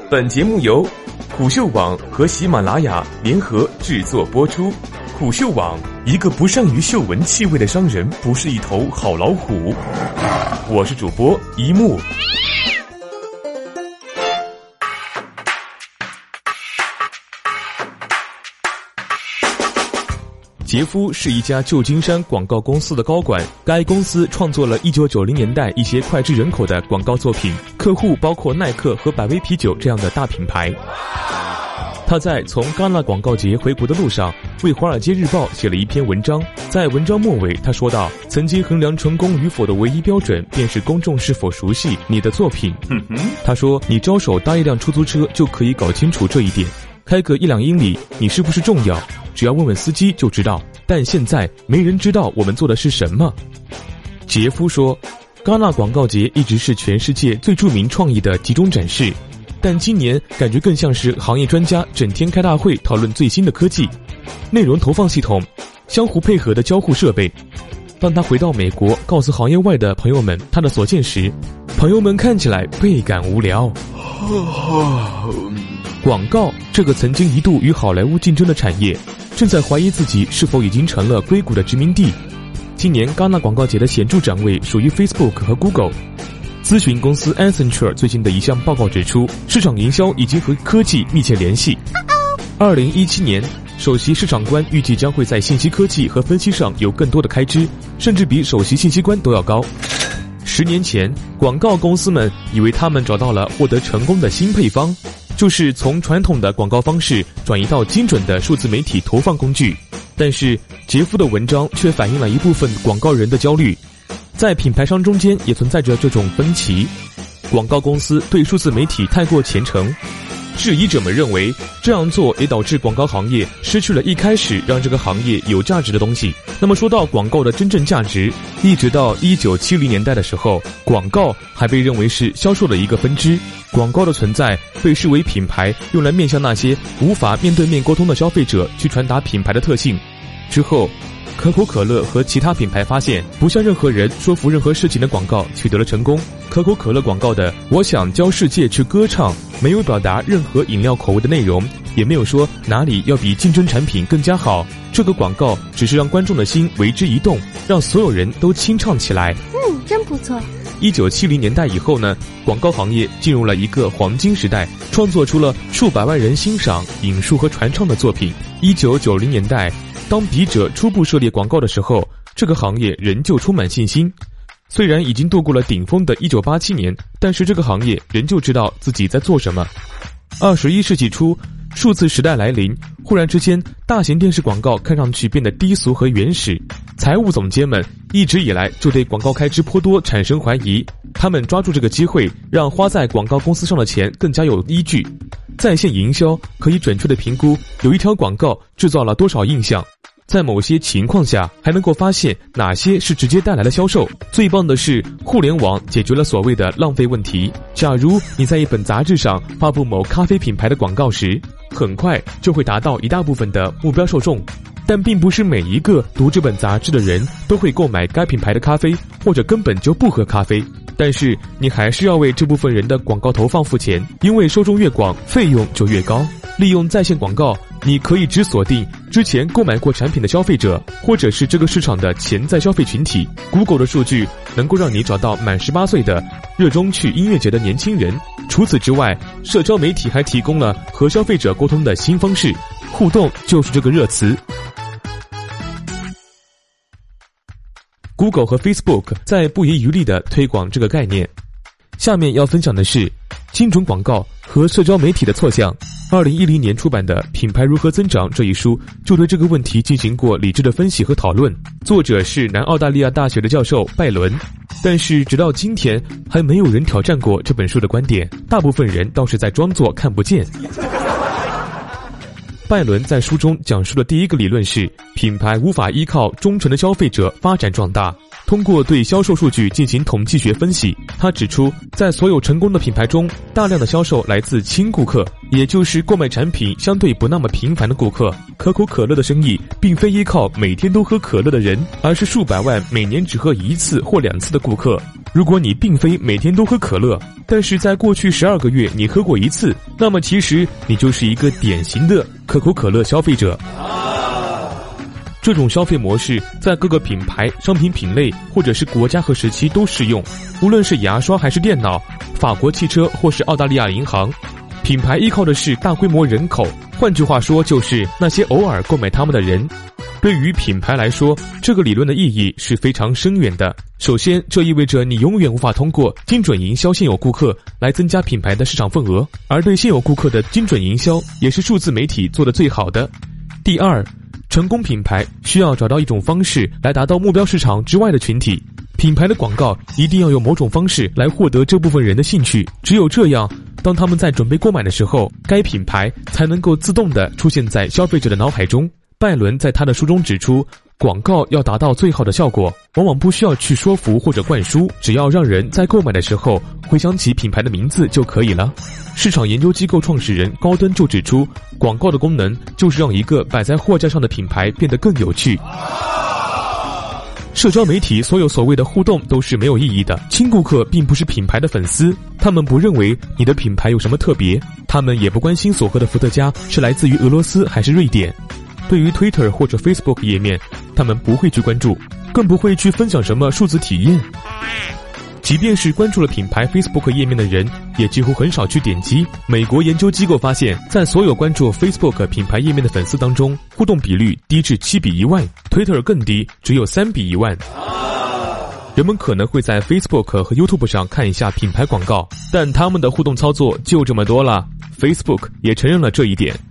本节目由虎嗅网和喜马拉雅联合制作播出。虎嗅网，一个不善于嗅闻气味的商人不是一头好老虎。我是主播一木。杰夫是一家旧金山广告公司的高管，该公司创作了1990年代一些脍炙人口的广告作品，客户包括耐克和百威啤酒这样的大品牌。他在从戛纳广告节回国的路上，为《华尔街日报》写了一篇文章。在文章末尾，他说道：曾经衡量成功与否的唯一标准，便是公众是否熟悉你的作品。他说，你招手搭一辆出租车就可以搞清楚这一点。开个1-2英里，你是不是重要？只要问问司机就知道。但现在没人知道我们做的是什么。杰夫说，戛纳广告节一直是全世界最著名创意的集中展示，但今年感觉更像是行业专家整天开大会讨论最新的科技、内容投放系统、相互配合的交互设备。当他回到美国告诉行业外的朋友们他的所见时，朋友们看起来倍感无聊。广告这个曾经一度与好莱坞竞争的产业，正在怀疑自己是否已经成了硅谷的殖民地。今年戛纳广告节的显著展位属于 Facebook 和 Google。咨询公司 Accenture 最近的一项报告指出，市场营销已经和科技密切联系。2017年，首席市场官预计将会在信息科技和分析上有更多的开支，甚至比首席信息官都要高。10年前，广告公司们以为他们找到了获得成功的新配方，就是从传统的广告方式转移到精准的数字媒体投放工具。但是杰夫的文章却反映了一部分广告人的焦虑，在品牌商中间也存在着这种分歧。广告公司对数字媒体太过虔诚，质疑者们认为这样做也导致广告行业失去了一开始让这个行业有价值的东西。那么说到广告的真正价值，一直到1970年代的时候，广告还被认为是销售的一个分支。广告的存在被视为品牌用来面向那些无法面对面沟通的消费者去传达品牌的特性。之后，可口可乐和其他品牌发现不向任何人说服任何事情的广告取得了成功。可口可乐广告的我想教世界去歌唱没有表达任何饮料口味的内容，也没有说哪里要比竞争产品更加好。这个广告只是让观众的心为之一动，让所有人都清唱起来。 真不错。 1970年代以后呢，广告行业进入了一个黄金时代，创作出了数百万人欣赏、引述和传唱的作品。1990年代，当笔者初步涉猎广告的时候，这个行业仍旧充满信心。虽然已经度过了顶峰的1987年，但是这个行业仍旧知道自己在做什么。21世纪初，数字时代来临，忽然之间，大型电视广告看上去变得低俗和原始。财务总监们一直以来就对广告开支颇多产生怀疑，他们抓住这个机会，让花在广告公司上的钱更加有依据。在线营销可以准确地评估有一条广告制造了多少印象，在某些情况下还能够发现哪些是直接带来了销售。最棒的是，互联网解决了所谓的浪费问题。假如你在一本杂志上发布某咖啡品牌的广告时，很快就会达到一大部分的目标受众。但并不是每一个读这本杂志的人都会购买该品牌的咖啡，或者根本就不喝咖啡。但是你还是要为这部分人的广告投放付钱，因为受众越广，费用就越高。利用在线广告，你可以只锁定之前购买过产品的消费者，或者是这个市场的潜在消费群体。Google 的数据能够让你找到满18岁的热衷去音乐节的年轻人。除此之外，社交媒体还提供了和消费者沟通的新方式，互动就是这个热词。Google 和 Facebook 在不遗余力地推广这个概念。下面要分享的是精准广告和社交媒体的错项。2010年出版的《品牌如何增长》这一书就对这个问题进行过理智的分析和讨论，作者是南澳大利亚大学的教授拜伦。但是直到今天还没有人挑战过这本书的观点，大部分人倒是在装作看不见。拜伦在书中讲述的第一个理论是，品牌无法依靠忠诚的消费者发展壮大。通过对销售数据进行统计学分析，他指出，在所有成功的品牌中，大量的销售来自轻顾客，也就是购买产品相对不那么频繁的顾客。可口可乐的生意并非依靠每天都喝可乐的人，而是数百万每年只喝1次或2次的顾客。 如果你并非每天都喝可乐，但是在过去12个月你喝过一次，那么其实你就是一个典型的可口可乐消费者。这种消费模式在各个品牌、商品品类或者是国家和时期都适用，无论是牙刷还是电脑，法国汽车或是澳大利亚银行，品牌依靠的是大规模人口，换句话说就是那些偶尔购买他们的人。对于品牌来说，这个理论的意义是非常深远的。首先，这意味着你永远无法通过精准营销现有顾客来增加品牌的市场份额，而对现有顾客的精准营销也是数字媒体做得最好的。第二，成功品牌需要找到一种方式来达到目标市场之外的群体。品牌的广告一定要有某种方式来获得这部分人的兴趣，只有这样，当他们在准备购买的时候，该品牌才能够自动地出现在消费者的脑海中。拜伦在他的书中指出，广告要达到最好的效果，往往不需要去说服或者灌输，只要让人在购买的时候回想起品牌的名字就可以了。市场研究机构创始人高登就指出，广告的功能就是让一个摆在货架上的品牌变得更有趣。社交媒体所有所谓的互动都是没有意义的，亲顾客并不是品牌的粉丝，他们不认为你的品牌有什么特别，他们也不关心所喝的伏特加是来自于俄罗斯还是瑞典。对于 Twitter 或者 Facebook 页面，他们不会去关注，更不会去分享什么数字体验。即便是关注了品牌 Facebook 页面的人，也几乎很少去点击。美国研究机构发现，在所有关注 Facebook 品牌页面的粉丝当中，互动比率低至7比1万， Twitter 更低，只有3比1万。人们可能会在 Facebook 和 YouTube 上看一下品牌广告，但他们的互动操作就这么多了。Facebook 也承认了这一点。